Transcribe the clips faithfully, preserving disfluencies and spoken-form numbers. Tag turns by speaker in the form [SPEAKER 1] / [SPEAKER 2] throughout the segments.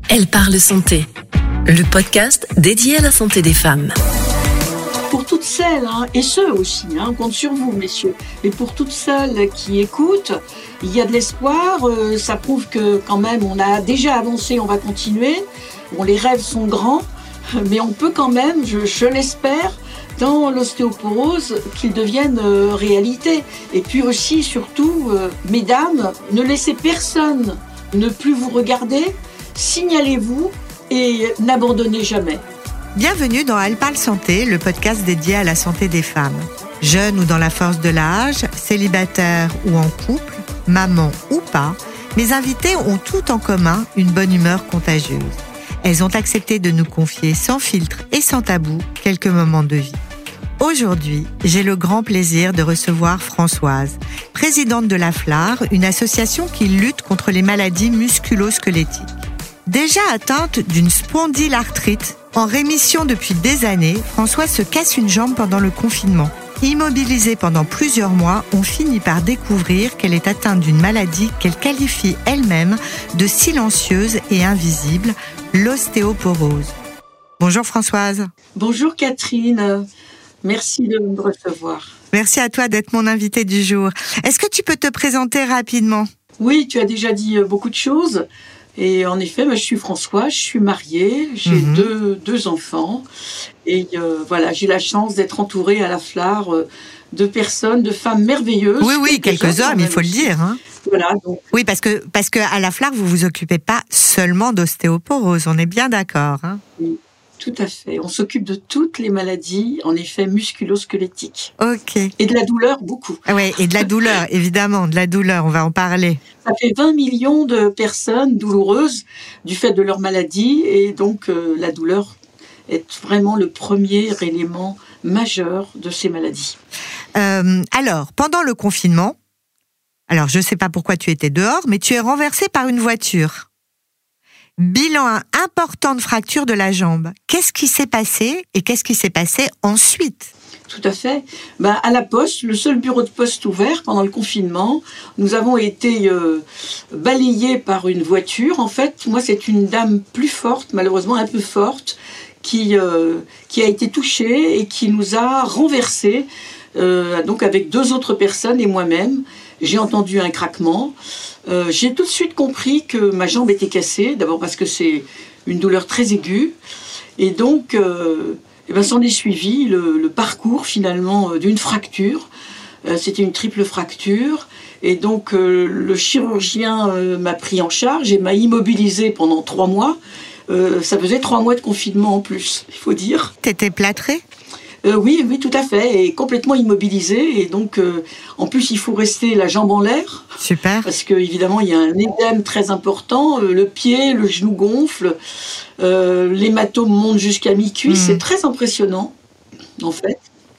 [SPEAKER 1] Elle parle santé, le podcast dédié à la santé des femmes.
[SPEAKER 2] Pour toutes celles, hein, et ceux aussi, hein, on compte sur vous, messieurs, et pour toutes celles qui écoutent, il y a de l'espoir, euh, ça prouve que quand même on a déjà avancé, on va continuer. Bon, les rêves sont grands, mais on peut quand même, je, je l'espère, dans l'ostéoporose, qu'ils deviennent euh, réalité. Et puis aussi, surtout, euh, mesdames, ne laissez personne ne plus vous regarder, signalez-vous et n'abandonnez jamais.
[SPEAKER 3] Bienvenue dans Elle parle santé, le podcast dédié à la santé des femmes. Jeunes ou dans la force de l'âge, célibataires ou en couple, maman ou pas, mes invités ont tout en commun une bonne humeur contagieuse. Elles ont accepté de nous confier sans filtre et sans tabou quelques moments de vie. Aujourd'hui, j'ai le grand plaisir de recevoir Françoise, présidente de la F L A R, une association qui lutte contre les maladies musculo-squelettiques. Déjà atteinte d'une spondylarthrite, en rémission depuis des années, Françoise se casse une jambe pendant le confinement. Immobilisée pendant plusieurs mois, on finit par découvrir qu'elle est atteinte d'une maladie qu'elle qualifie elle-même de silencieuse et invisible, l'ostéoporose. Bonjour Françoise.
[SPEAKER 2] Bonjour Catherine, merci de me recevoir.
[SPEAKER 3] Merci à toi d'être mon invitée du jour. Est-ce que tu peux te présenter rapidement ?
[SPEAKER 2] Oui, tu as déjà dit beaucoup de choses. Et en effet, moi, je suis Françoise, je suis mariée, j'ai mmh. deux, deux enfants. Et euh, voilà, j'ai la chance d'être entourée à la F L A R euh, de personnes, de femmes merveilleuses.
[SPEAKER 3] Oui, oui, quelques hommes, il faut le dire. Hein.
[SPEAKER 2] Voilà, donc.
[SPEAKER 3] Oui, parce que parce que à la F L A R, vous vous occupez pas seulement d'ostéoporose, on est bien d'accord. Hein.
[SPEAKER 2] Oui. Tout à fait. On s'occupe de toutes les maladies, en effet, musculo-squelettiques.
[SPEAKER 3] Ok.
[SPEAKER 2] Et de la douleur, beaucoup.
[SPEAKER 3] Oui, et de la douleur, évidemment, de la douleur, on va en parler.
[SPEAKER 2] Ça fait vingt millions de personnes douloureuses du fait de leur maladie, et donc euh, la douleur est vraiment le premier élément majeur de ces maladies.
[SPEAKER 3] Euh, alors, pendant le confinement, alors je ne sais pas pourquoi tu étais dehors, mais tu es renversée par une voiture. Bilan important de fracture de la jambe. Qu'est-ce qui s'est passé et qu'est-ce qui s'est passé ensuite ?
[SPEAKER 2] Tout à fait. Ben, à la poste, le seul bureau de poste ouvert pendant le confinement, nous avons été euh, balayés par une voiture. En fait, moi, c'est une dame plus forte, malheureusement un peu forte, qui, euh, qui a été touchée et qui nous a renversés, euh, donc avec deux autres personnes et moi-même. J'ai entendu un craquement. Euh, j'ai tout de suite compris que ma jambe était cassée, d'abord parce que c'est une douleur très aiguë. Et donc, euh, eh ben, s'en est suivi le, le parcours finalement d'une fracture. Euh, c'était une triple fracture. Et donc, euh, le chirurgien euh, m'a pris en charge et m'a immobilisée pendant trois mois. Euh, ça faisait trois mois de confinement en plus, il faut dire.
[SPEAKER 3] T'étais plâtrée ?
[SPEAKER 2] Euh, oui, oui, tout à fait, et complètement immobilisé. Et donc, euh, en plus, il faut rester la jambe en l'air.
[SPEAKER 3] Super.
[SPEAKER 2] Parce qu'évidemment, il y a un édème très important. Euh, le pied, le genou gonfle. Euh, l'hématome monte jusqu'à mi-cuisse. Mmh. C'est très impressionnant, en fait.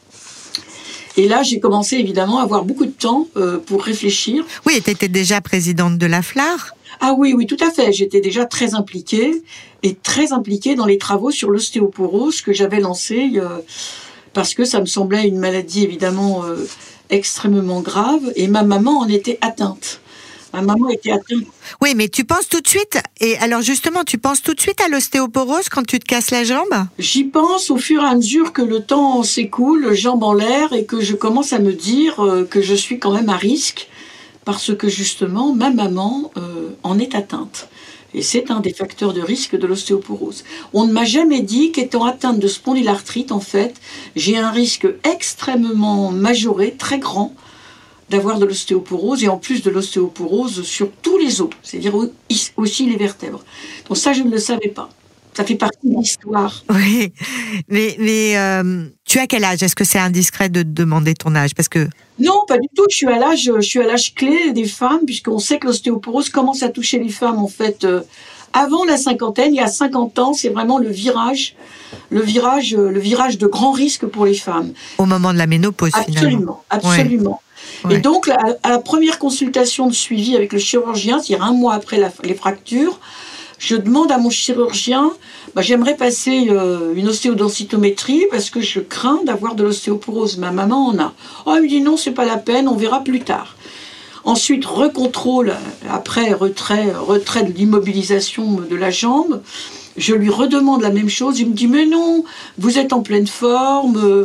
[SPEAKER 2] Et là, j'ai commencé, évidemment, à avoir beaucoup de temps euh, pour réfléchir.
[SPEAKER 3] Oui, et tu étais déjà présidente de la F L A R ?
[SPEAKER 2] Ah oui, oui, tout à fait. J'étais déjà très impliquée, et très impliquée dans les travaux sur l'ostéoporose que j'avais lancés euh, parce que ça me semblait une maladie évidemment euh, extrêmement grave, et ma maman en était atteinte. Ma maman était atteinte.
[SPEAKER 3] Oui, mais tu penses tout de suite, et alors justement, tu penses tout de suite à l'ostéoporose quand tu te casses la jambe ?
[SPEAKER 2] J'y pense au fur et à mesure que le temps s'écoule, jambes en l'air, et que je commence à me dire euh, que je suis quand même à risque, parce que justement, ma maman euh, en est atteinte. Et c'est un des facteurs de risque de l'ostéoporose. On ne m'a jamais dit qu'étant atteinte de spondylarthrite, en fait, j'ai un risque extrêmement majoré, très grand, d'avoir de l'ostéoporose, et en plus de l'ostéoporose sur tous les os, c'est-à-dire aussi les vertèbres. Donc ça, je ne le savais pas. Ça fait partie de l'histoire.
[SPEAKER 3] Oui, mais, mais euh, tu as quel âge ? Est-ce que c'est indiscret de te demander ton âge ? Parce que...
[SPEAKER 2] Non, pas du tout. Je suis à l'âge, je suis à l'âge clé des femmes, puisqu'on sait que l'ostéoporose commence à toucher les femmes, en fait, euh, avant la cinquantaine. Il y a cinquante ans, c'est vraiment le virage, le virage, le virage de grand risque pour les femmes.
[SPEAKER 3] Au moment de la ménopause,
[SPEAKER 2] absolument,
[SPEAKER 3] finalement.
[SPEAKER 2] Absolument, absolument. Ouais. Et donc, à, à la première consultation de suivi avec le chirurgien, c'est-à-dire un mois après la, les fractures, je demande à mon chirurgien, bah, j'aimerais passer euh, une ostéodensitométrie parce que je crains d'avoir de l'ostéoporose. Ma maman en a. Oh, il me dit non, c'est pas la peine, on verra plus tard. Ensuite, recontrôle, après retrait, retrait de l'immobilisation de la jambe. Je lui redemande la même chose. Il me dit, mais non, vous êtes en pleine forme. Il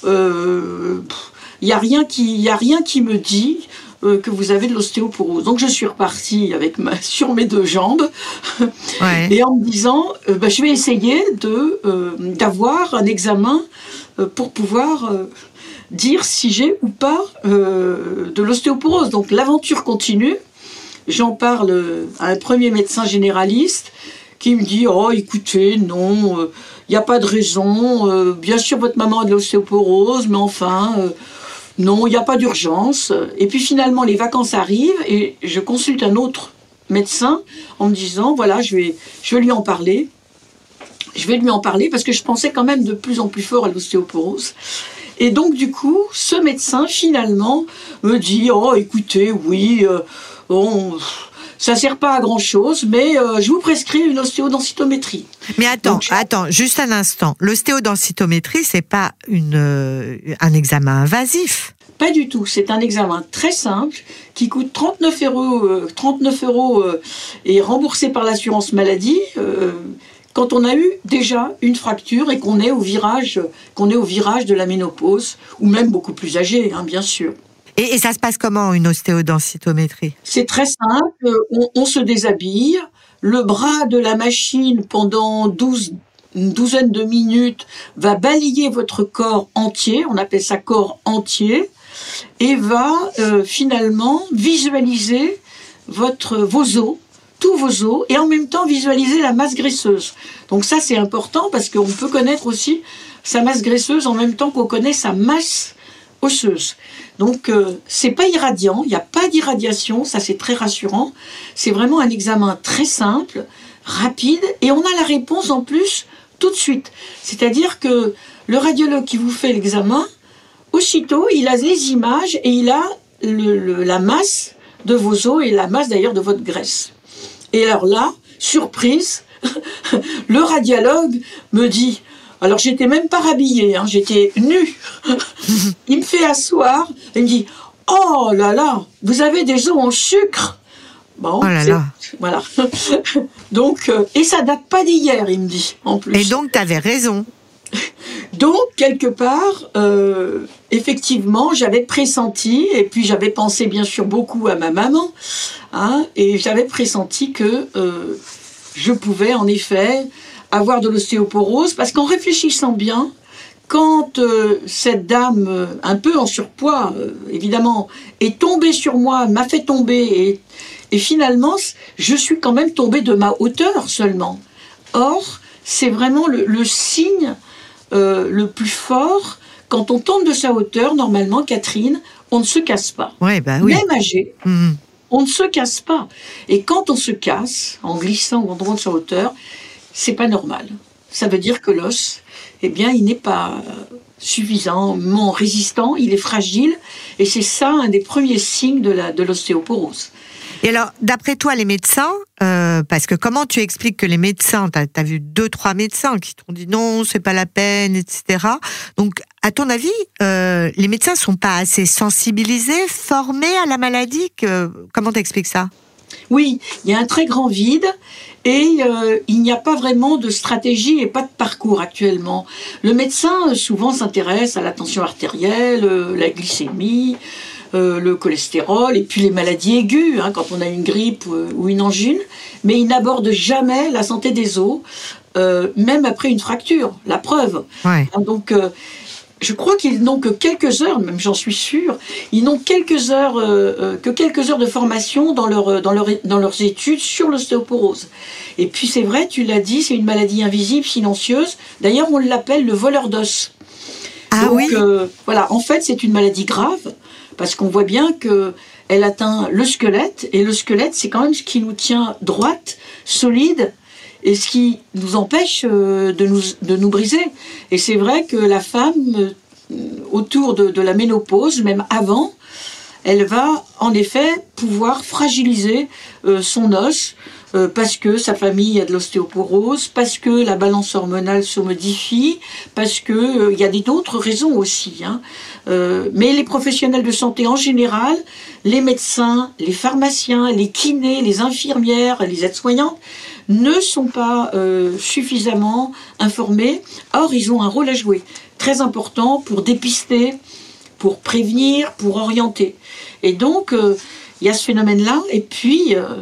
[SPEAKER 2] euh, n'y a rien qui, y a rien qui me dit euh, que vous avez de l'ostéoporose. Donc je suis repartie avec ma, sur mes deux jambes ouais. et en me disant, euh, bah, je vais essayer de, euh, d'avoir un examen euh, pour pouvoir euh, dire si j'ai ou pas euh, de l'ostéoporose. Donc l'aventure continue. J'en parle à un premier médecin généraliste qui me dit « Oh, écoutez, non, il euh, n'y a pas de raison. Euh, bien sûr, votre maman a de l'ostéoporose, mais enfin, euh, non, il n'y a pas d'urgence. » Et puis finalement, les vacances arrivent et je consulte un autre médecin en me disant « Voilà, je vais, je vais lui en parler. Je vais lui en parler parce que je pensais quand même de plus en plus fort à l'ostéoporose. » Et donc, du coup, ce médecin, finalement, me dit « Oh, écoutez, oui, euh, bon... » Ça ne sert pas à grand-chose, mais euh, je vous prescris une ostéodensitométrie.
[SPEAKER 3] Mais attends,
[SPEAKER 2] Donc,
[SPEAKER 3] attends, juste un instant. L'ostéodensitométrie, c'est pas une, euh, un examen invasif.
[SPEAKER 2] Pas du tout. C'est un examen très simple qui coûte trente-neuf euros, euh, trente-neuf euros euh, et remboursé par l'assurance maladie euh, quand on a eu déjà une fracture et qu'on est au virage, qu'on est au virage de la ménopause, ou même beaucoup plus âgé, hein, bien sûr.
[SPEAKER 3] Et, et ça se passe comment, une ostéodensitométrie ?
[SPEAKER 2] C'est très simple, on, on se déshabille, le bras de la machine pendant douze, une douzaine de minutes va balayer votre corps entier, on appelle ça corps entier, et va euh, finalement visualiser votre, vos os, tous vos os, et en même temps visualiser la masse graisseuse. Donc ça c'est important parce qu'on peut connaître aussi sa masse graisseuse en même temps qu'on connaît sa masse osseuse. Donc, euh, c'est pas irradiant, il n'y a pas d'irradiation, ça c'est très rassurant. C'est vraiment un examen très simple, rapide, et on a la réponse en plus tout de suite. C'est-à-dire que le radiologue qui vous fait l'examen, aussitôt, il a les images et il a le, le, la masse de vos os et la masse d'ailleurs de votre graisse. Et alors là, surprise, le radiologue me dit... Alors, j'étais même pas rhabillée, hein, j'étais nue. Il me fait asseoir, il me dit « Oh là là, vous avez des os en sucre !» Bon,
[SPEAKER 3] oh là là.
[SPEAKER 2] Voilà. Donc, euh, et ça date pas d'hier, il me dit, en plus.
[SPEAKER 3] Et donc, tu avais raison.
[SPEAKER 2] Donc, quelque part, euh, effectivement, j'avais pressenti, et puis j'avais pensé bien sûr beaucoup à ma maman, hein, et j'avais pressenti que euh, je pouvais, en effet... avoir de l'ostéoporose, parce qu'en réfléchissant bien, quand euh, cette dame, euh, un peu en surpoids, euh, évidemment, est tombée sur moi, m'a fait tomber, et, et finalement, je suis quand même tombée de ma hauteur seulement. Or, c'est vraiment le, le signe euh, le plus fort. Quand on tombe de sa hauteur, normalement, Catherine, on ne se casse pas.
[SPEAKER 3] Ouais, bah oui.
[SPEAKER 2] Même âgé, mmh. on ne se casse pas. Et quand on se casse, en glissant ou en tombant de sa hauteur, c'est pas normal. Ça veut dire que l'os, eh bien, il n'est pas suffisamment résistant, il est fragile, et c'est ça un des premiers signes de, la, de l'ostéoporose.
[SPEAKER 3] Et alors, d'après toi, les médecins, euh, parce que comment tu expliques que les médecins, tu as vu deux, trois médecins qui t'ont dit non, c'est pas la peine, et cetera. Donc, à ton avis, euh, les médecins sont pas assez sensibilisés, formés à la maladie que, comment t'expliques ça ?
[SPEAKER 2] Oui, il y a un très grand vide et euh, il n'y a pas vraiment de stratégie et pas de parcours actuellement. Le médecin souvent s'intéresse à la tension artérielle, euh, la glycémie, euh, le cholestérol et puis les maladies aiguës, hein, quand on a une grippe euh, ou une angine, mais il n'aborde jamais la santé des os, euh, même après une fracture, la preuve.
[SPEAKER 3] Ouais.
[SPEAKER 2] Donc, euh, je crois qu'ils n'ont que quelques heures, même j'en suis sûre, ils n'ont quelques heures, euh, que quelques heures de formation dans, leur, dans, leur, dans leurs études sur l'ostéoporose. Et puis c'est vrai, tu l'as dit, c'est une maladie invisible, silencieuse. D'ailleurs, on l'appelle le voleur d'os.
[SPEAKER 3] Ah
[SPEAKER 2] Donc,
[SPEAKER 3] oui
[SPEAKER 2] euh, voilà, en fait, c'est une maladie grave, parce qu'on voit bien qu'elle atteint le squelette, et le squelette, c'est quand même ce qui nous tient droite, solide, et ce qui nous empêche de nous, de nous briser. Et c'est vrai que la femme, autour de, de la ménopause, même avant, elle va en effet pouvoir fragiliser euh, son os euh, parce que sa famille a de l'ostéoporose, parce que la balance hormonale se modifie, parce que euh, il y a des, d'autres raisons aussi. Hein. Euh, mais les professionnels de santé en général, les médecins, les pharmaciens, les kinés, les infirmières, les aides-soignantes, ne sont pas euh, suffisamment informés. Or, ils ont un rôle à jouer très important pour dépister, pour prévenir, pour orienter. Et donc, euh, il y a ce phénomène-là. Et puis, euh,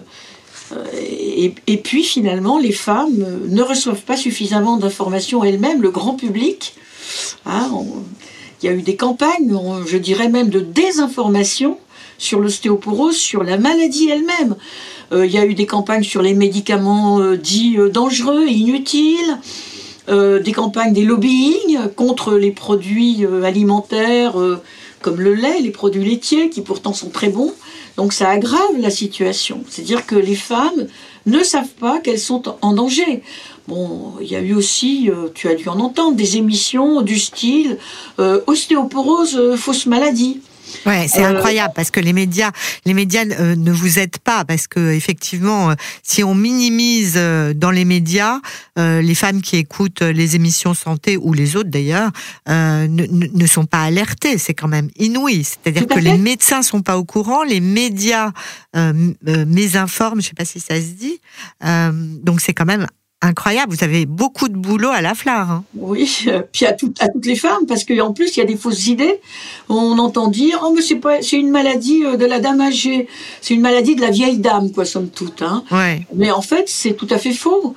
[SPEAKER 2] et, et puis, finalement, les femmes ne reçoivent pas suffisamment d'informations elles-mêmes, le grand public. Hein, on, il y a eu des campagnes, on, je dirais même de désinformation sur l'ostéoporose, sur la maladie elle-même. Euh, il y a eu des campagnes sur les médicaments euh, dits euh, dangereux, inutiles, euh, des campagnes, des lobbying contre les produits euh, alimentaires euh, comme le lait, les produits laitiers qui pourtant sont très bons. Donc ça aggrave la situation. C'est-à-dire que les femmes ne savent pas qu'elles sont en danger. Bon, il y a eu aussi, euh, tu as dû en entendre, des émissions du style euh, ostéoporose, euh, fausse maladie.
[SPEAKER 3] Ouais, c'est
[SPEAKER 2] Euh,
[SPEAKER 3] incroyable parce que les médias, les médias euh, ne vous aident pas parce que effectivement, euh, si on minimise euh, dans les médias euh, les femmes qui écoutent les émissions santé ou les autres d'ailleurs euh, ne, ne ne sont pas alertées, c'est quand même inouï. C'est-à-dire
[SPEAKER 2] Tout à
[SPEAKER 3] que
[SPEAKER 2] fait.
[SPEAKER 3] les médecins sont pas au courant, les médias euh, euh, mésinforment, je sais pas si ça se dit. Euh, donc c'est quand même incroyable. Vous avez beaucoup de boulot à la flare. Hein.
[SPEAKER 2] Oui, euh, puis à, tout, à toutes les femmes, parce qu'en plus, il y a des fausses idées. On entend dire, oh, mais c'est, pas, c'est une maladie de la dame âgée. C'est une maladie de la vieille dame, quoi, somme toute. Hein.
[SPEAKER 3] Ouais.
[SPEAKER 2] Mais en fait, c'est tout à fait faux.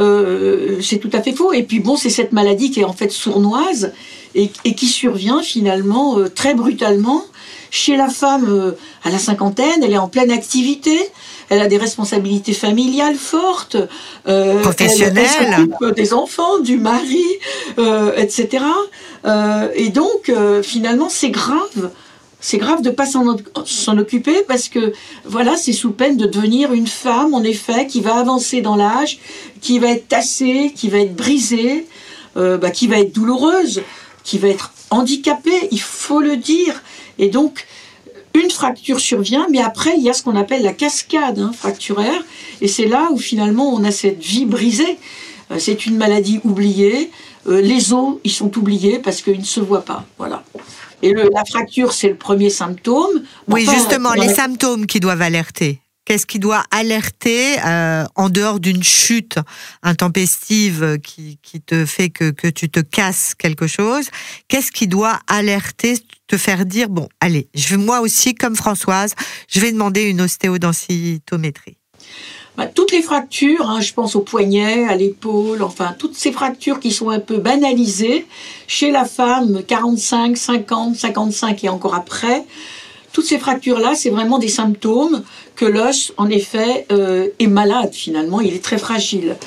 [SPEAKER 2] Euh, c'est tout à fait faux. Et puis bon, c'est cette maladie qui est en fait sournoise et, et qui survient finalement euh, très brutalement. Chez la femme euh, à la cinquantaine, elle est en pleine activité, elle a des responsabilités familiales fortes, euh,
[SPEAKER 3] Professionnelles.
[SPEAKER 2] elle, elle s'occupe des enfants, du mari, euh, et cetera. Euh, et donc, euh, finalement, c'est grave. C'est grave de ne pas s'en, s'en occuper parce que, voilà, c'est sous peine de devenir une femme, en effet, qui va avancer dans l'âge, qui va être tassée, qui va être brisée, euh, bah, qui va être douloureuse, qui va être handicapée, il faut le dire. Et donc, une fracture survient, mais après, il y a ce qu'on appelle la cascade hein, fracturaire. Et c'est là où, finalement, on a cette vie brisée. Euh, c'est une maladie oubliée. Euh, les os, ils sont oubliés parce qu'ils ne se voient pas. Voilà. Et le, la fracture, c'est le premier symptôme.
[SPEAKER 3] Oui,
[SPEAKER 2] Enfin,
[SPEAKER 3] justement,
[SPEAKER 2] on
[SPEAKER 3] les
[SPEAKER 2] a-
[SPEAKER 3] symptômes qui doivent alerter. Qu'est-ce qui doit alerter euh, en dehors d'une chute intempestive qui, qui te fait que, que tu te casses quelque chose? Qu'est-ce qui doit alerter, te faire dire, bon, allez, je vais moi aussi, comme Françoise, je vais demander une ostéodensitométrie?
[SPEAKER 2] Bah, toutes les fractures, hein, je pense au poignet, à l'épaule, enfin, toutes ces fractures qui sont un peu banalisées, chez la femme, quarante-cinq, cinquante, cinquante-cinq et encore après, toutes ces fractures-là, c'est vraiment des symptômes que l'os, en effet, euh, est malade finalement, il est très fragile.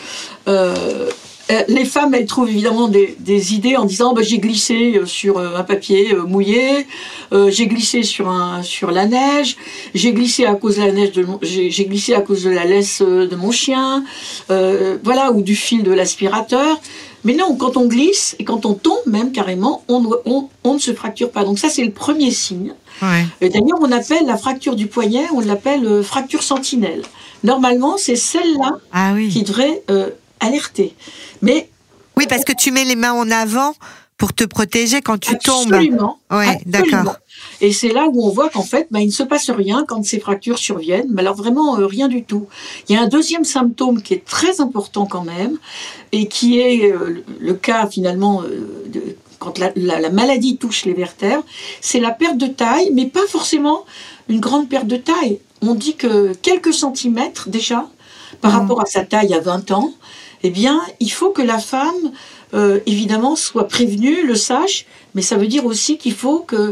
[SPEAKER 2] Euh, euh, les femmes, elles trouvent évidemment des, des idées en disant bah, j'ai glissé sur un papier euh, mouillé, euh, j'ai glissé sur, un, sur la neige, j'ai glissé à cause de la neige, de mon, j'ai, j'ai glissé à cause de la laisse de mon chien, euh, voilà, ou du fil de l'aspirateur. Mais non, quand on glisse et quand on tombe même carrément, on, on, on ne se fracture pas. Donc ça, c'est le premier signe.
[SPEAKER 3] Ouais.
[SPEAKER 2] Et d'ailleurs, on appelle la fracture du poignet, on l'appelle euh, fracture sentinelle. Normalement, c'est celle-là
[SPEAKER 3] Ah oui.
[SPEAKER 2] qui devrait euh, alerter. Mais
[SPEAKER 3] Oui, parce que tu mets les mains en avant pour te protéger quand tu tombes.
[SPEAKER 2] absolument,
[SPEAKER 3] Ouais,
[SPEAKER 2] absolument.
[SPEAKER 3] d'accord.
[SPEAKER 2] Et c'est là où on voit qu'en fait, bah, il ne se passe rien quand ces fractures surviennent. Mais alors vraiment, euh, rien du tout. Il y a un deuxième symptôme qui est très important quand même, et qui est euh, le cas finalement euh, de, quand la, la, la maladie touche les vertèbres, c'est la perte de taille, mais pas forcément une grande perte de taille. On dit que quelques centimètres déjà, par
[SPEAKER 3] Mmh.
[SPEAKER 2] rapport à sa taille à vingt ans, eh bien, il faut que la femme, euh, évidemment, soit prévenue, le sache, mais ça veut dire aussi qu'il faut que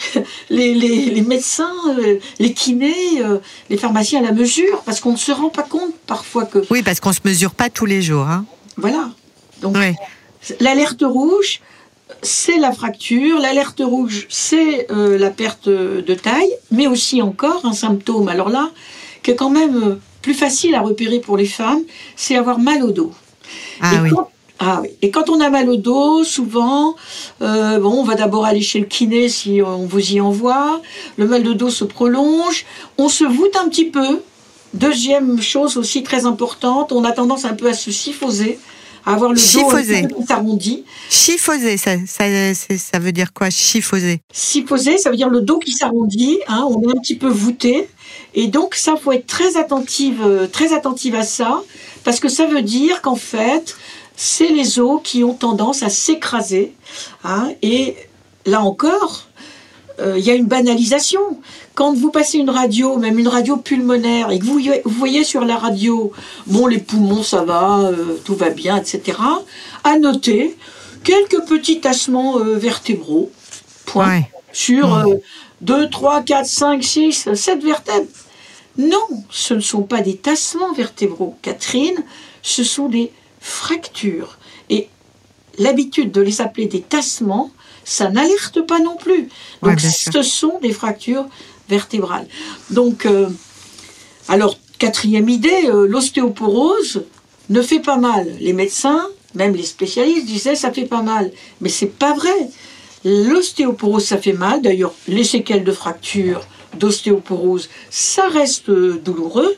[SPEAKER 2] les, les, les médecins, euh, les kinés, euh, les pharmaciens la mesurent, parce qu'on ne se rend pas compte parfois que...
[SPEAKER 3] Oui, parce qu'on se mesure pas tous les jours. Hein.
[SPEAKER 2] Voilà. Donc,
[SPEAKER 3] Ouais.
[SPEAKER 2] l'alerte rouge, c'est la fracture. L'alerte rouge, c'est euh, la perte de taille, mais aussi encore un symptôme, alors là, qui est quand même euh, plus facile à repérer pour les femmes, c'est avoir mal au dos.
[SPEAKER 3] Ah
[SPEAKER 2] Et
[SPEAKER 3] oui.
[SPEAKER 2] quand, ah oui. Et quand on a mal au dos, souvent, euh, bon, on va d'abord aller chez le kiné si on vous y envoie. Le mal de dos se prolonge. On se voûte un petit peu. Deuxième chose aussi très importante, on a tendance un peu à se syphoser, à avoir le
[SPEAKER 3] Chiffoser.
[SPEAKER 2] dos qui s'arrondit.
[SPEAKER 3] Chiffoser, ça, ça, c'est- ça veut dire quoi, chiffoser?
[SPEAKER 2] Syphoser, ça veut dire le dos qui s'arrondit, hein, on est un petit peu voûté. Et donc ça, faut être très attentive, euh, très attentive à ça, parce que ça veut dire qu'en fait, c'est les os qui ont tendance à s'écraser. Hein, et là encore, euh, il y a une banalisation. Quand vous passez une radio, même une radio pulmonaire, et que vous, vous voyez sur la radio, bon, les poumons, ça va, euh, tout va bien, et cetera. À noter quelques petits tassements euh, vertébraux, point,
[SPEAKER 3] Ouais.
[SPEAKER 2] sur
[SPEAKER 3] Mmh.
[SPEAKER 2] euh, deux, trois, quatre, cinq, six, sept vertèbres. Non, ce ne sont pas des tassements vertébraux, Catherine, ce sont des fractures. Et l'habitude de les appeler des tassements, ça n'alerte pas non plus.
[SPEAKER 3] Ouais,
[SPEAKER 2] Donc
[SPEAKER 3] bien sûr.
[SPEAKER 2] ce sont des fractures vertébrales. Donc, euh, alors, quatrième idée, euh, l'ostéoporose ne fait pas mal. Les médecins, même les spécialistes disaient ça fait pas mal. Mais c'est pas vrai. L'ostéoporose, ça fait mal. D'ailleurs, les séquelles de fractures, d'ostéoporose, ça reste euh, douloureux.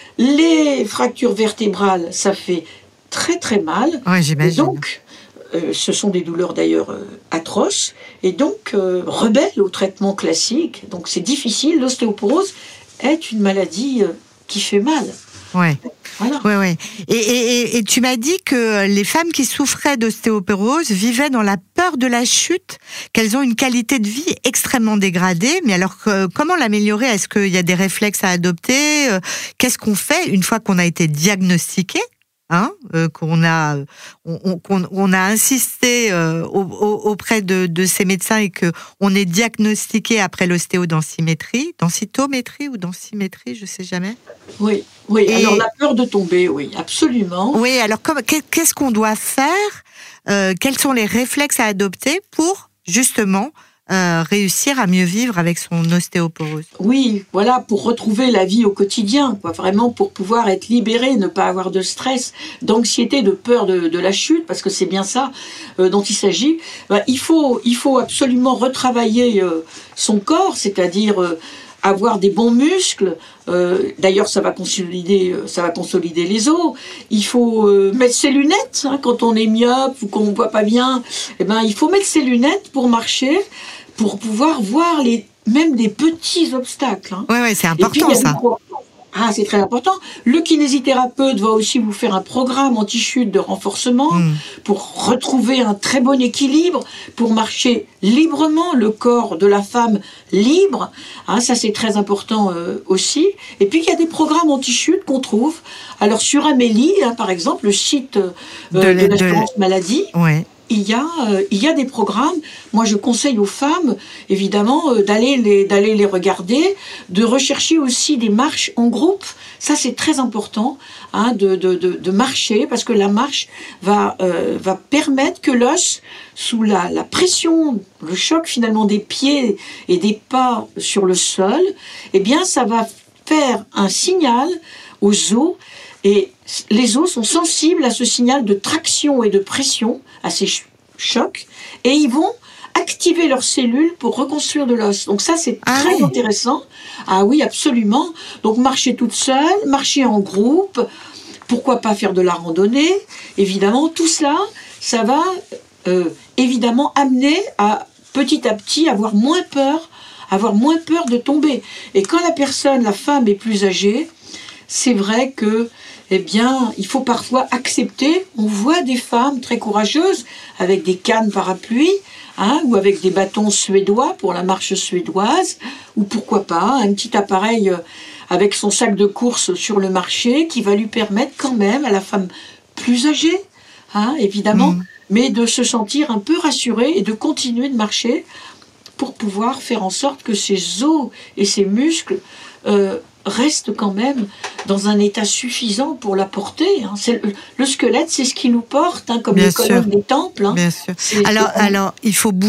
[SPEAKER 2] Les fractures vertébrales, ça fait très très mal.
[SPEAKER 3] Ouais,
[SPEAKER 2] Et
[SPEAKER 3] j'imagine.
[SPEAKER 2] donc, euh, ce sont des douleurs d'ailleurs euh, atroces, et donc euh, rebelles au traitement classique. Donc c'est difficile. L'ostéoporose est une maladie euh, qui fait mal.
[SPEAKER 3] Ouais.
[SPEAKER 2] Voilà.
[SPEAKER 3] Ouais, ouais. Et, et, et- et tu m'as dit que les femmes qui souffraient d'ostéoporose vivaient dans la peur de la chute, qu'elles ont une qualité de vie extrêmement dégradée. Mais alors, que- comment l'améliorer? Est-ce qu'il y a des réflexes à adopter? Euh, Qu'est-ce qu'on fait une fois qu'on a été diagnostiqué? Hein, euh, qu'on a, on, on- qu'on- on a insisté euh, au- au- auprès de, de ces médecins et que on est diagnostiqué après l'ostéodensimétrie, densitométrie ou densimétrie, je sais jamais.
[SPEAKER 2] Oui, oui.
[SPEAKER 3] Et-
[SPEAKER 2] Alors la peur de tomber, oui, absolument.
[SPEAKER 3] Oui, alors comme- qu'est- qu'est-ce qu'on doit faire? Euh, Quels sont les réflexes à adopter pour justement euh, réussir à mieux vivre avec son ostéoporose?
[SPEAKER 2] Oui, voilà, pour retrouver la vie au quotidien, quoi, vraiment pour pouvoir être libéré, ne pas avoir de stress, d'anxiété, de peur de, de la chute, parce que c'est bien ça euh, dont il s'agit. Ben, il faut, il faut absolument retravailler euh, son corps, c'est-à-dire euh, avoir des bons muscles. Euh, d'ailleurs, ça va consolider, euh, ça va consolider les os. Il faut euh, mettre ses lunettes hein, quand on est myope ou qu'on ne voit pas bien. Eh ben, il faut mettre ses lunettes pour marcher, pour pouvoir voir les, même des petits obstacles. Hein.
[SPEAKER 3] Oui, ouais, c'est
[SPEAKER 2] Et puis, il
[SPEAKER 3] important
[SPEAKER 2] y a des
[SPEAKER 3] ça.
[SPEAKER 2] pro- Ah, c'est très important. Le kinésithérapeute va aussi vous faire un programme anti-chute de renforcement
[SPEAKER 3] Mm.
[SPEAKER 2] pour retrouver un très bon équilibre, pour marcher librement, le corps de la femme libre. Hein, ça, c'est très important euh, aussi. Et puis, il y a des programmes anti-chute qu'on trouve. Alors, sur Amélie, hein, par exemple, le site euh,
[SPEAKER 3] De
[SPEAKER 2] de,
[SPEAKER 3] la- de
[SPEAKER 2] l'assurance maladie,
[SPEAKER 3] Ouais.
[SPEAKER 2] il y a, euh, il y a des programmes. Moi, je conseille aux femmes, évidemment, euh, d'aller les, d'aller les regarder, de rechercher aussi des marches en groupe. Ça, c'est très important, hein, de, de, de, de marcher, parce que la marche va, euh, va permettre que l'os, sous la, la pression, le choc finalement des pieds et des pas sur le sol, eh bien, ça va faire un signal aux os. Et les os sont sensibles à ce signal de traction et de pression, à ces ch- chocs, et ils vont activer leurs cellules pour reconstruire de l'os. Donc ça, c'est
[SPEAKER 3] Ah
[SPEAKER 2] très
[SPEAKER 3] oui.
[SPEAKER 2] intéressant. Ah oui, absolument. Donc marcher toute seule, marcher en groupe, pourquoi pas faire de la randonnée. Évidemment, tout cela, ça va euh, évidemment amener à petit à petit avoir moins peur, avoir moins peur de tomber. Et quand la personne, la femme est plus âgée, c'est vrai que, eh bien, il faut parfois accepter. On voit des femmes très courageuses avec des cannes parapluies, hein, ou avec des bâtons suédois pour la marche suédoise, ou pourquoi pas un petit appareil euh, avec son sac de course sur le marché qui va lui permettre quand même à la femme plus âgée, hein, évidemment,
[SPEAKER 3] Mm.
[SPEAKER 2] mais de se sentir un peu rassurée et de continuer de marcher pour pouvoir faire en sorte que ses os et ses muscles euh, restent quand même dans un état suffisant pour la porter. Hein. C'est le, le squelette, c'est ce qui nous porte, hein, comme
[SPEAKER 3] Bien
[SPEAKER 2] les
[SPEAKER 3] sûr.
[SPEAKER 2] colonnes des temples. Hein.
[SPEAKER 3] Bien sûr.
[SPEAKER 2] C'est-
[SPEAKER 3] Alors,
[SPEAKER 2] c'est-
[SPEAKER 3] alors, il faut bouger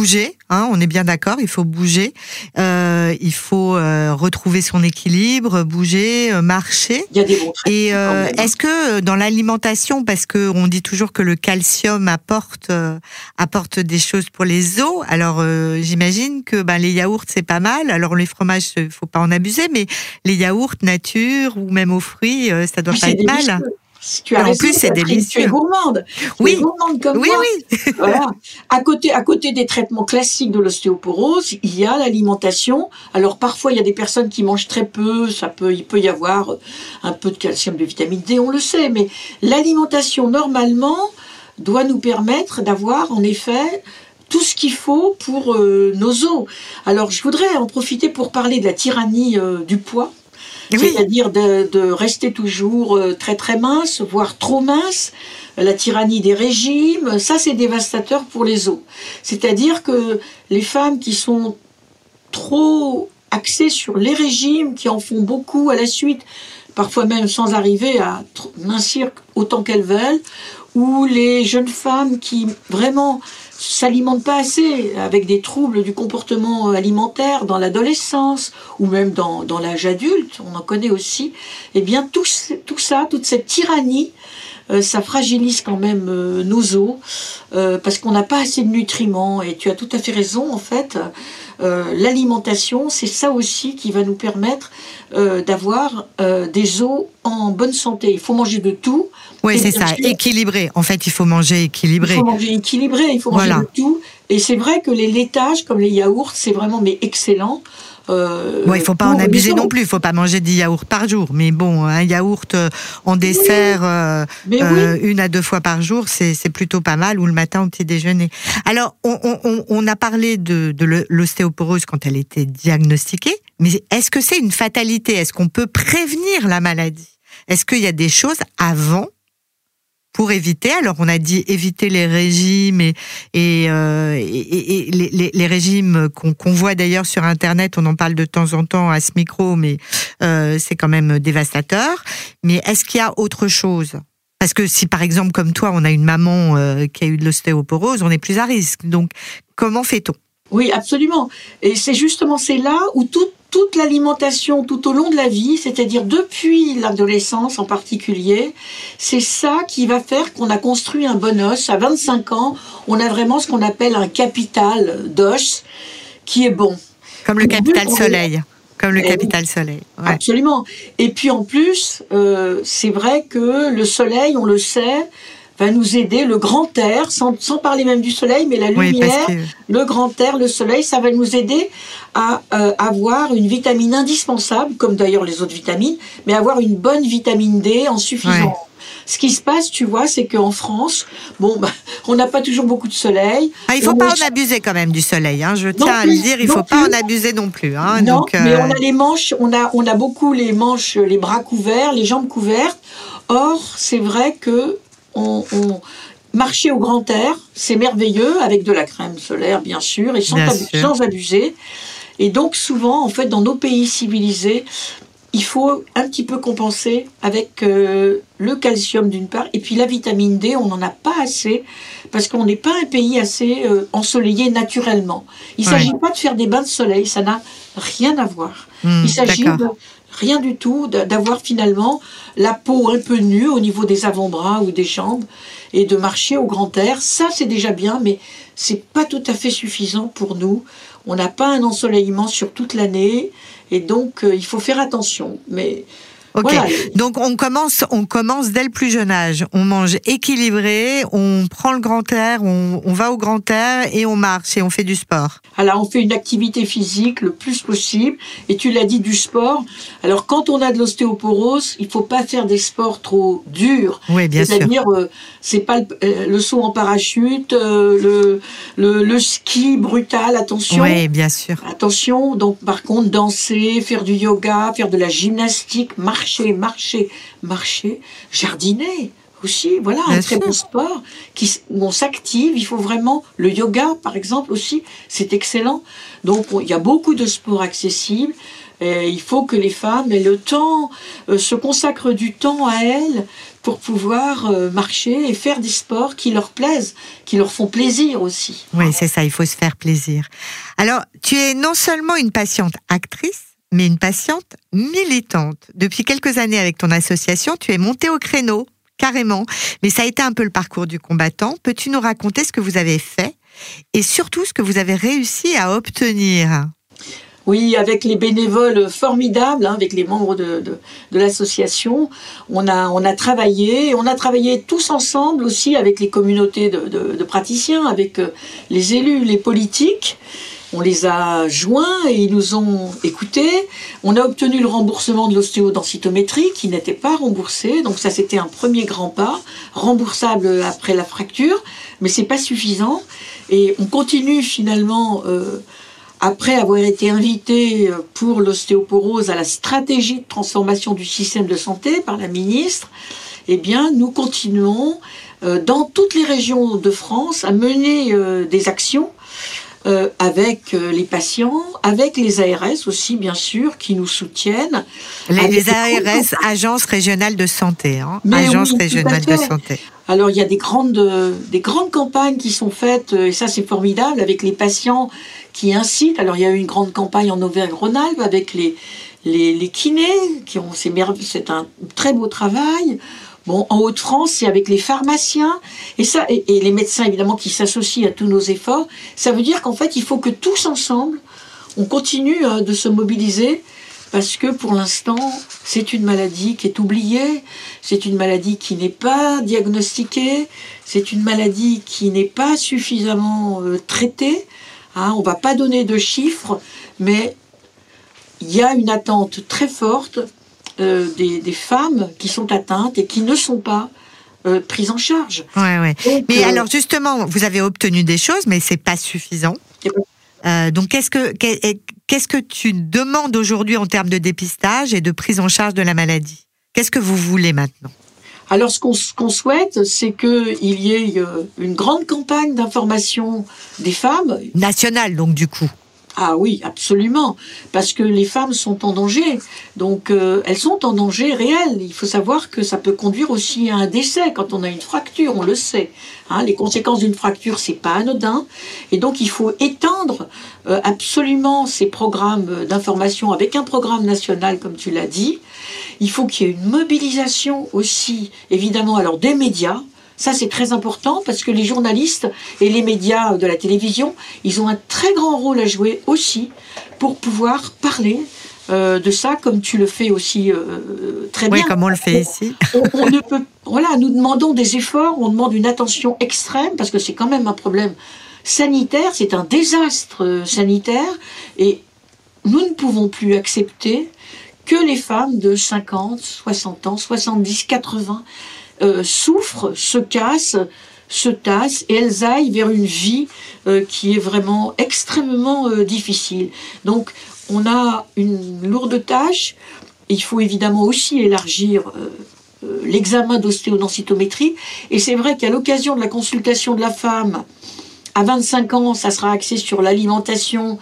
[SPEAKER 3] Hein, on est bien d'accord, il faut bouger, euh, il faut euh, retrouver son équilibre, bouger, euh, marcher.
[SPEAKER 2] Il y a des bons traits.
[SPEAKER 3] Et euh, est-ce que dans l'alimentation, parce que on dit toujours que le calcium apporte euh, apporte des choses pour les os, alors euh, j'imagine que ben les yaourts c'est pas mal. Alors les fromages, il faut pas en abuser, mais les yaourts nature ou même aux fruits, euh, ça doit
[SPEAKER 2] Oui,
[SPEAKER 3] pas être
[SPEAKER 2] délicieux.
[SPEAKER 3] mal.
[SPEAKER 2] Tu as
[SPEAKER 3] en
[SPEAKER 2] raison,
[SPEAKER 3] plus, c'est
[SPEAKER 2] Catherine,
[SPEAKER 3] délicieux.
[SPEAKER 2] Tu es gourmande. Tu
[SPEAKER 3] oui,
[SPEAKER 2] es gourmande comme
[SPEAKER 3] oui,
[SPEAKER 2] moi.
[SPEAKER 3] oui.
[SPEAKER 2] Voilà. À côté, à côté des traitements classiques de l'ostéoporose, il y a l'alimentation. Alors parfois, il y a des personnes qui mangent très peu. Ça peut, il peut y avoir un peu de calcium, de vitamine D, on le sait. Mais l'alimentation, normalement, doit nous permettre d'avoir, en effet, tout ce qu'il faut pour euh, nos os. Alors, je voudrais en profiter pour parler de la tyrannie euh, du poids. Oui. C'est-à-dire de, de rester toujours très très mince, voire trop mince, la tyrannie des régimes, ça c'est dévastateur pour les os. C'est-à-dire que les femmes qui sont trop axées sur les régimes, qui en font beaucoup à la suite, parfois même sans arriver à mincir autant qu'elles veulent, ou les jeunes femmes qui vraiment s'alimentent pas assez, avec des troubles du comportement alimentaire dans l'adolescence ou même dans, dans l'âge adulte, on en connaît aussi, eh bien tout, tout ça, toute cette tyrannie, euh, ça fragilise quand même euh, nos os, euh, parce qu'on n'a pas assez de nutriments, et tu as tout à fait raison, en fait, euh, l'alimentation, c'est ça aussi qui va nous permettre euh, d'avoir euh, des os en bonne santé. Il faut manger de tout.
[SPEAKER 3] Oui, c'est ça, sûr, équilibré. En fait, il faut manger équilibré.
[SPEAKER 2] Il faut manger équilibré, il faut manger
[SPEAKER 3] voilà.
[SPEAKER 2] de tout. Et c'est vrai que les laitages, comme les yaourts, c'est vraiment mais excellent.
[SPEAKER 3] Euh, bon, il ne faut pas en abuser non plus, il ne faut pas manger dix yaourts par jour. Mais bon, un yaourt en dessert oui. euh, euh, oui. une à deux fois par jour, c'est, c'est plutôt pas mal, ou le matin au petit déjeuner. Alors, on, on, on a parlé de, de l'ostéoporose quand elle était diagnostiquée, mais est-ce que c'est une fatalité ? Est-ce qu'on peut prévenir la maladie ? Est-ce qu'il y a des choses avant pour éviter? Alors, on a dit éviter les régimes et, et, euh, et, et, et les, les, les régimes qu'on, qu'on voit d'ailleurs sur Internet, on en parle de temps en temps à ce micro, mais euh, c'est quand même dévastateur. Mais est-ce qu'il y a autre chose? Parce que si, par exemple, comme toi, on a une maman euh, qui a eu de l'ostéoporose, on est plus à risque. Donc, comment fait-on?
[SPEAKER 2] Oui, absolument. Et c'est justement, c'est là où tout, toute l'alimentation tout au long de la vie, c'est-à-dire depuis l'adolescence en particulier, c'est ça qui va faire qu'on a construit un bon os. À vingt-cinq ans, on a vraiment ce qu'on appelle un capital d'os qui est bon.
[SPEAKER 3] Comme le capital soleil. Comme le capital soleil.
[SPEAKER 2] Ouais. Absolument. Et puis en plus, euh, c'est vrai que le soleil, on le sait, va nous aider, le grand air, sans, sans parler même du soleil, mais la lumière, oui, que... le grand air, le soleil, ça va nous aider à euh, avoir une vitamine indispensable, comme d'ailleurs les autres vitamines, mais avoir une bonne vitamine D en suffisance. Ouais. Ce qui se passe, tu vois, c'est qu'en France, bon, bah, on n'a pas toujours beaucoup de soleil.
[SPEAKER 3] Ah, il ne faut pas en abuser quand même du soleil, hein. Je tiens à le dire, il ne faut pas en abuser non plus. Hein.
[SPEAKER 2] Non,
[SPEAKER 3] Donc, euh...
[SPEAKER 2] mais on a les manches, on a, on a beaucoup les manches, les bras couverts, les jambes couvertes. Or, c'est vrai que On, on, marcher au grand air, c'est merveilleux, avec de la crème solaire, bien sûr, et sans, abu- sans abuser. Et donc, souvent, en fait, dans nos pays civilisés, il faut un petit peu compenser avec euh, le calcium, d'une part, et puis la vitamine D, on n'en a pas assez, parce qu'on n'est pas un pays assez euh, ensoleillé naturellement. Il ne ouais. s'agit pas de faire des bains de soleil, ça n'a rien à voir. Mmh, il s'agit d'accord. de... Rien du tout, d'avoir finalement la peau un peu nue au niveau des avant-bras ou des jambes et de marcher au grand air. Ça, c'est déjà bien, mais c'est pas tout à fait suffisant pour nous. On n'a pas un ensoleillement sur toute l'année et donc euh, il faut faire attention. Mais
[SPEAKER 3] Ok,
[SPEAKER 2] voilà.
[SPEAKER 3] Donc on commence, on commence dès le plus jeune âge. On mange équilibré, on prend le grand air, on, on va au grand air et on marche et on fait du sport.
[SPEAKER 2] Alors on fait une activité physique le plus possible. Et tu l'as dit, du sport. Alors quand on a de l'ostéoporose, il faut pas faire des sports trop durs.
[SPEAKER 3] Oui, bien sûr.
[SPEAKER 2] C'est-à-dire, euh, c'est pas le, euh, le saut en parachute, euh, le, le, le ski brutal. Attention.
[SPEAKER 3] Oui, bien sûr.
[SPEAKER 2] Attention. Donc par contre, danser, faire du yoga, faire de la gymnastique, marcher. Marcher, marcher, marcher, jardiner aussi, voilà, Bien un sûr. Très bon sport qui, où on s'active. Il faut vraiment, le yoga par exemple aussi, c'est excellent. Donc il y a beaucoup de sports accessibles. Et il faut que les femmes aient le temps, euh, se consacrent du temps à elles pour pouvoir euh, marcher et faire des sports qui leur plaisent, qui leur font plaisir aussi.
[SPEAKER 3] Oui, c'est ça, il faut se faire plaisir. Alors, tu es non seulement une patiente actrice, mais une patiente militante. Depuis quelques années avec ton association, tu es montée au créneau, carrément. Mais ça a été un peu le parcours du combattant. Peux-tu nous raconter ce que vous avez fait et surtout ce que vous avez réussi à obtenir ?
[SPEAKER 2] Oui, avec les bénévoles formidables, hein, avec les membres de, de, de l'association, on a, on a travaillé, on a travaillé tous ensemble aussi avec les communautés de, de, de praticiens, avec euh, les élus, les politiques. On les a joints et ils nous ont écoutés. On a obtenu le remboursement de l'ostéodensitométrie qui n'était pas remboursé. Donc ça, c'était un premier grand pas, remboursable après la fracture, mais c'est pas suffisant. Et on continue finalement... Euh, Après avoir été invité pour l'ostéoporose à la stratégie de transformation du système de santé par la ministre, eh bien, nous continuons euh, dans toutes les régions de France à mener euh, des actions euh, avec euh, les patients, avec les A R S aussi, bien sûr, qui nous soutiennent.
[SPEAKER 3] Les, les A R S, Agence régionale de santé, hein, Agence
[SPEAKER 2] oui,
[SPEAKER 3] régionale de santé.
[SPEAKER 2] Alors, il y a des grandes, des grandes campagnes qui sont faites, et ça, c'est formidable, avec les patients qui incitent. Alors, il y a eu une grande campagne en Auvergne-Rhône-Alpes avec les, les, les kinés, qui ont, c'est, c'est un très beau travail. Bon, en Hauts-de-France, c'est avec les pharmaciens, et, ça, et, et les médecins, évidemment, qui s'associent à tous nos efforts. Ça veut dire qu'en fait, il faut que tous ensemble, on continue hein, de se mobiliser, parce que pour l'instant, c'est une maladie qui est oubliée, c'est une maladie qui n'est pas diagnostiquée, c'est une maladie qui n'est pas suffisamment euh, traitée. Hein, on ne va pas donner de chiffres, mais il y a une attente très forte euh, des, des femmes qui sont atteintes et qui ne sont pas euh, prises en charge.
[SPEAKER 3] Ouais, ouais.
[SPEAKER 2] Donc,
[SPEAKER 3] mais
[SPEAKER 2] euh,
[SPEAKER 3] alors justement, vous avez obtenu des choses, mais c'est pas suffisant. Euh, donc, qu'est-ce que, qu'est-ce que tu demandes aujourd'hui en termes de dépistage et de prise en charge de la maladie ? Qu'est-ce que vous voulez maintenant ?
[SPEAKER 2] Alors, ce qu'on, ce qu'on souhaite, c'est qu'il y ait une grande campagne d'information des femmes.
[SPEAKER 3] Nationale, donc, du coup.
[SPEAKER 2] Ah oui, absolument, parce que les femmes sont en danger, donc euh, elles sont en danger réel. Il faut savoir que ça peut conduire aussi à un décès quand on a une fracture, on le sait. Hein, les conséquences d'une fracture, c'est pas anodin, et donc il faut étendre euh, absolument ces programmes d'information avec un programme national, comme tu l'as dit. Il faut qu'il y ait une mobilisation aussi, évidemment, alors des médias. Ça, c'est très important parce que les journalistes et les médias de la télévision, ils ont un très grand rôle à jouer aussi pour pouvoir parler euh, de ça, comme tu le fais aussi euh, très bien.
[SPEAKER 3] Oui, comme on le fait ici.
[SPEAKER 2] on, on ne peut, voilà, nous demandons des efforts, on demande une attention extrême parce que c'est quand même un problème sanitaire, c'est un désastre sanitaire et nous ne pouvons plus accepter que les femmes de cinquante, soixante ans, soixante-dix, quatre-vingts Euh, souffrent, se cassent, se tassent et elles aillent vers une vie euh, qui est vraiment extrêmement euh, difficile. Donc on a une lourde tâche. Il faut évidemment aussi élargir euh, euh, l'examen d'ostéodensitométrie. Et c'est vrai qu'à l'occasion de la consultation de la femme, à vingt-cinq ans, ça sera axé sur l'alimentation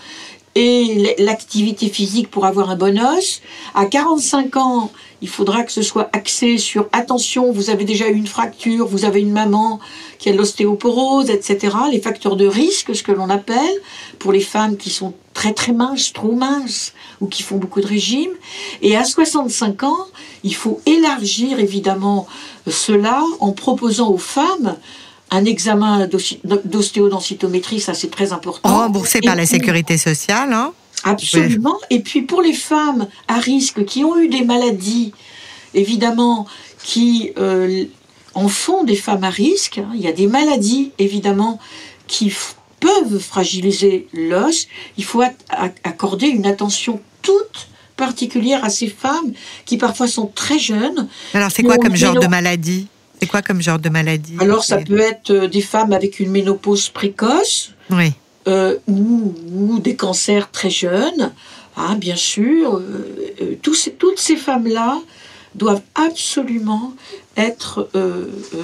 [SPEAKER 2] et l'activité physique pour avoir un bon os. À quarante-cinq ans, il faudra que ce soit axé sur attention, vous avez déjà eu une fracture, vous avez une maman qui a de l'ostéoporose, et cetera. Les facteurs de risque, ce que l'on appelle, pour les femmes qui sont très très minces, trop minces, ou qui font beaucoup de régime. Et à soixante-cinq ans, il faut élargir évidemment cela en proposant aux femmes un examen d'ostéodensitométrie, ça c'est très important.
[SPEAKER 3] Remboursé par la sécurité sociale, hein ?
[SPEAKER 2] Absolument. Et puis pour les femmes à risque qui ont eu des maladies, évidemment, qui euh, en font des femmes à risque, hein, il y a des maladies, évidemment, qui f- peuvent fragiliser l'os. Il faut a- accorder une attention toute particulière à ces femmes qui parfois sont très jeunes.
[SPEAKER 3] Alors c'est quoi comme genre de maladie ? C'est quoi comme genre de maladie ?
[SPEAKER 2] Alors, ça peut être des femmes avec une ménopause précoce,
[SPEAKER 3] oui.
[SPEAKER 2] euh, ou, ou des cancers très jeunes, hein, bien sûr. Euh, tous ces, toutes ces femmes-là doivent absolument être euh, euh,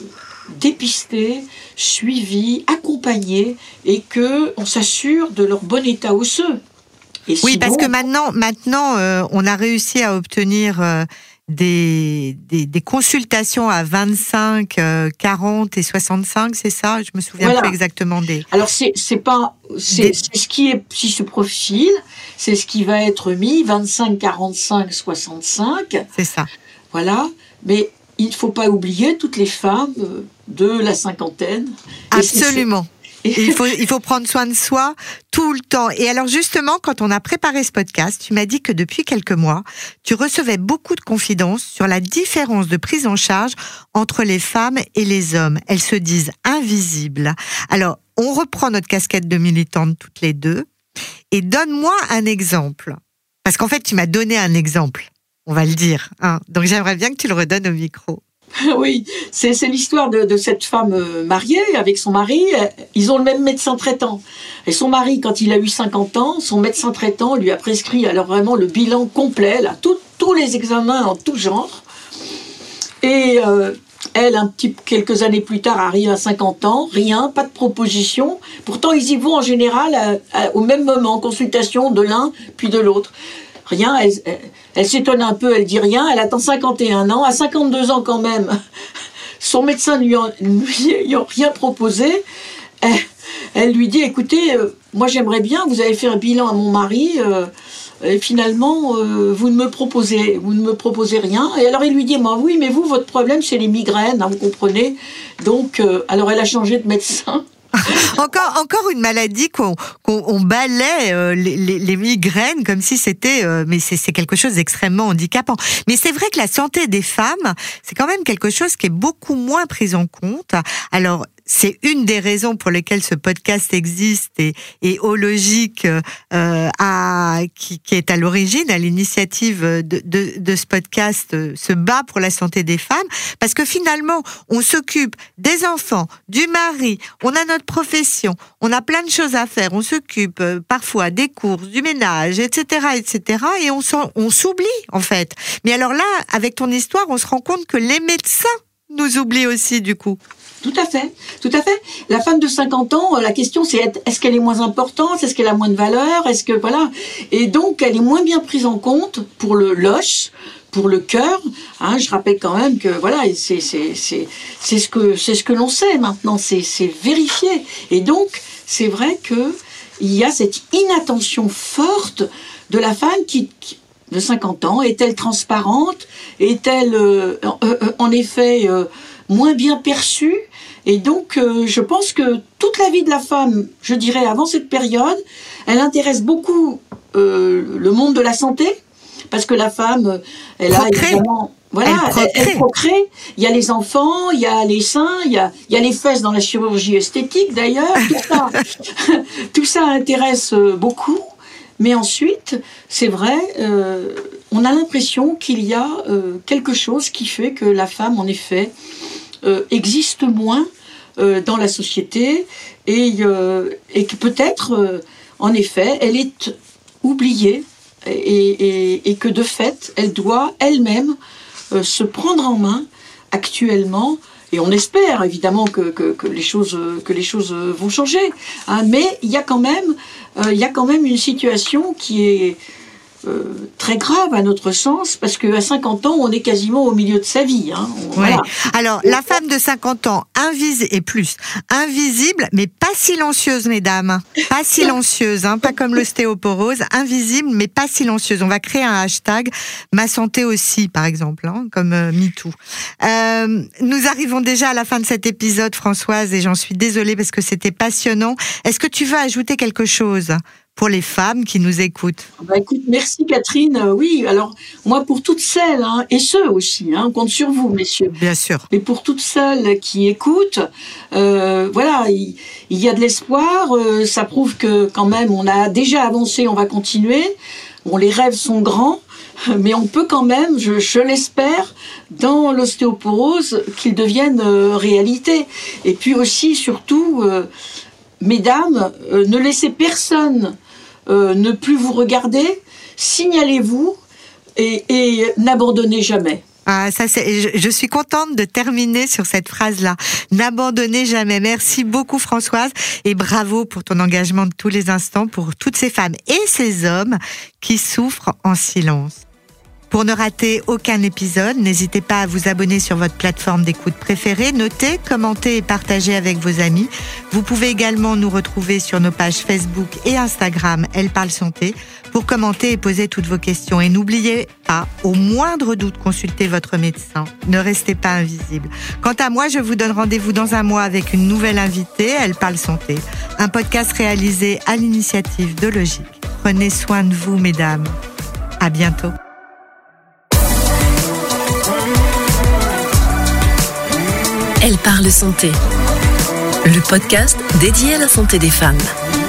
[SPEAKER 2] dépistées, suivies, accompagnées, et qu'on s'assure de leur bon état osseux. Et
[SPEAKER 3] oui,
[SPEAKER 2] sinon,
[SPEAKER 3] parce que maintenant, maintenant, euh, on a réussi à obtenir euh, des, des des consultations à vingt-cinq, euh, quarante et soixante-cinq, c'est ça? Je me souviens
[SPEAKER 2] voilà.
[SPEAKER 3] plus exactement des.
[SPEAKER 2] Alors c'est c'est pas c'est,
[SPEAKER 3] Des...
[SPEAKER 2] c'est ce qui est si ce profil, c'est ce qui va être mis vingt-cinq, quarante-cinq, soixante-cinq.
[SPEAKER 3] C'est ça.
[SPEAKER 2] Voilà, mais il ne faut pas oublier toutes les femmes de la cinquantaine.
[SPEAKER 3] Absolument. Et il faut, il faut prendre soin de soi tout le temps. Et alors justement, quand on a préparé ce podcast, tu m'as dit que depuis quelques mois, tu recevais beaucoup de confidences sur la différence de prise en charge entre les femmes et les hommes. Elles se disent invisibles. Alors, on reprend notre casquette de militante toutes les deux. Et donne-moi un exemple. Parce qu'en fait, tu m'as donné un exemple. On va le dire. Hein. Donc j'aimerais bien que tu le redonnes au micro.
[SPEAKER 2] Oui, c'est, c'est l'histoire de, de cette femme mariée avec son mari. Ils ont le même médecin traitant. Et son mari, quand il a eu cinquante ans, son médecin traitant lui a prescrit alors vraiment le bilan complet, là, tout, tous les examens en tout genre. Et euh, elle, un petit, quelques années plus tard, arrive à cinquante ans, rien, pas de proposition. Pourtant, ils y vont en général à, à, au même moment, consultation de l'un puis de l'autre. Rien, elle, elle, elle s'étonne un peu, elle dit rien, elle attend cinquante et un ans, à cinquante-deux ans quand même, son médecin ne lui a, lui a rien proposé, elle, elle lui dit, écoutez, euh, moi j'aimerais bien, vous avez fait un bilan à mon mari, euh, et finalement euh, vous ne me proposez, vous ne me proposez rien, et alors il lui dit, moi oui, mais vous, votre problème c'est les migraines, hein, vous comprenez, donc, euh, alors elle a changé de médecin.
[SPEAKER 3] encore, encore une maladie qu'on, qu'on on balaie euh, les, les, les migraines comme si c'était, euh, mais c'est, c'est quelque chose d'extrêmement handicapant. Mais c'est vrai que la santé des femmes, c'est quand même quelque chose qui est beaucoup moins pris en compte. Alors, c'est une des raisons pour lesquelles ce podcast existe et, et Ologique euh, a, qui, qui est à l'origine, à l'initiative de, de, de ce podcast, euh, se bat pour la santé des femmes, parce que finalement, on s'occupe des enfants, du mari, on a notre profession, on a plein de choses à faire, on s'occupe euh, parfois des courses, du ménage, et cetera, et cetera, et on, on s'oublie en fait. Mais alors là, avec ton histoire, on se rend compte que les médecins nous oublient aussi du coup.
[SPEAKER 2] Tout à fait, tout à fait. La femme de cinquante ans, la question c'est est-ce qu'elle est moins importante, est-ce qu'elle a moins de valeur, est-ce que voilà. Et donc elle est moins bien prise en compte pour le l'os, pour le cœur. Hein, je rappelle quand même que voilà, c'est c'est c'est c'est ce que c'est ce que l'on sait maintenant, c'est c'est vérifié. Et donc c'est vrai que il y a cette inattention forte de la femme qui, qui de cinquante ans, est-elle transparente, est-elle euh, euh, en effet euh, moins bien perçue. Et donc, euh, je pense que toute la vie de la femme, je dirais, avant cette période, elle intéresse beaucoup euh, le monde de la santé, parce que la femme, elle
[SPEAKER 3] procrée.
[SPEAKER 2] a évidemment... Voilà,
[SPEAKER 3] elle procrée.
[SPEAKER 2] Elle, elle procrée. Il y a les enfants, il y a les seins, il y a, il y a les fesses dans la chirurgie esthétique, d'ailleurs. Tout ça, tout ça intéresse beaucoup. Mais ensuite, c'est vrai, euh, on a l'impression qu'il y a euh, quelque chose qui fait que la femme, en effet, euh, existe moins euh, dans la société et, euh, et que peut-être, euh, en effet, elle est oubliée et, et, et que de fait, elle doit elle-même euh, se prendre en main actuellement. Et on espère évidemment que, que, que, les, choses, que les choses vont changer. Hein, mais il y a quand même, euh, il y a quand même une situation qui est euh, très grave à notre sens, parce qu'à cinquante ans, on est quasiment au milieu de sa vie. Hein, on,
[SPEAKER 3] ouais.
[SPEAKER 2] Voilà.
[SPEAKER 3] Alors, la femme de cinquante ans, invisible et plus, invisible, mais pas silencieuse, mesdames. Pas silencieuse, hein, pas comme l'ostéoporose, invisible, mais pas silencieuse. On va créer un hashtag, ma santé aussi, par exemple, hein, comme euh, MeToo. Euh, nous arrivons déjà à la fin de cet épisode, Françoise, et j'en suis désolée parce que c'était passionnant. Est-ce que tu veux ajouter quelque chose pour les femmes qui nous écoutent?
[SPEAKER 2] Bah écoute, merci Catherine. Euh, oui, alors moi pour toutes celles, hein, et ceux aussi, hein, on compte sur vous, messieurs.
[SPEAKER 3] Bien sûr.
[SPEAKER 2] Mais pour toutes celles qui écoutent, euh, voilà, il, il y a de l'espoir. Euh, ça prouve que quand même, on a déjà avancé, on va continuer. Bon, les rêves sont grands, mais on peut quand même, je, je l'espère, dans l'ostéoporose, qu'ils deviennent euh, réalité. Et puis aussi, surtout, euh, mesdames, euh, ne laissez personne euh, ne plus vous regarder, signalez-vous et, et n'abandonnez jamais.
[SPEAKER 3] Ah, ça c'est, je, je suis contente de terminer sur cette phrase-là. N'abandonnez jamais. Merci beaucoup Françoise et bravo pour ton engagement de tous les instants pour toutes ces femmes et ces hommes qui souffrent en silence. Pour ne rater aucun épisode, n'hésitez pas à vous abonner sur votre plateforme d'écoute préférée, notez, commentez et partagez avec vos amis. Vous pouvez également nous retrouver sur nos pages Facebook et Instagram Elle parle santé pour commenter et poser toutes vos questions. Et n'oubliez pas, au moindre doute, consultez votre médecin. Ne restez pas invisible. Quant à moi, je vous donne rendez-vous dans un mois avec une nouvelle invitée, Elle parle santé, un podcast réalisé à l'initiative de Logique. Prenez soin de vous, mesdames. À bientôt.
[SPEAKER 1] Elle parle santé, le podcast dédié à la santé des femmes.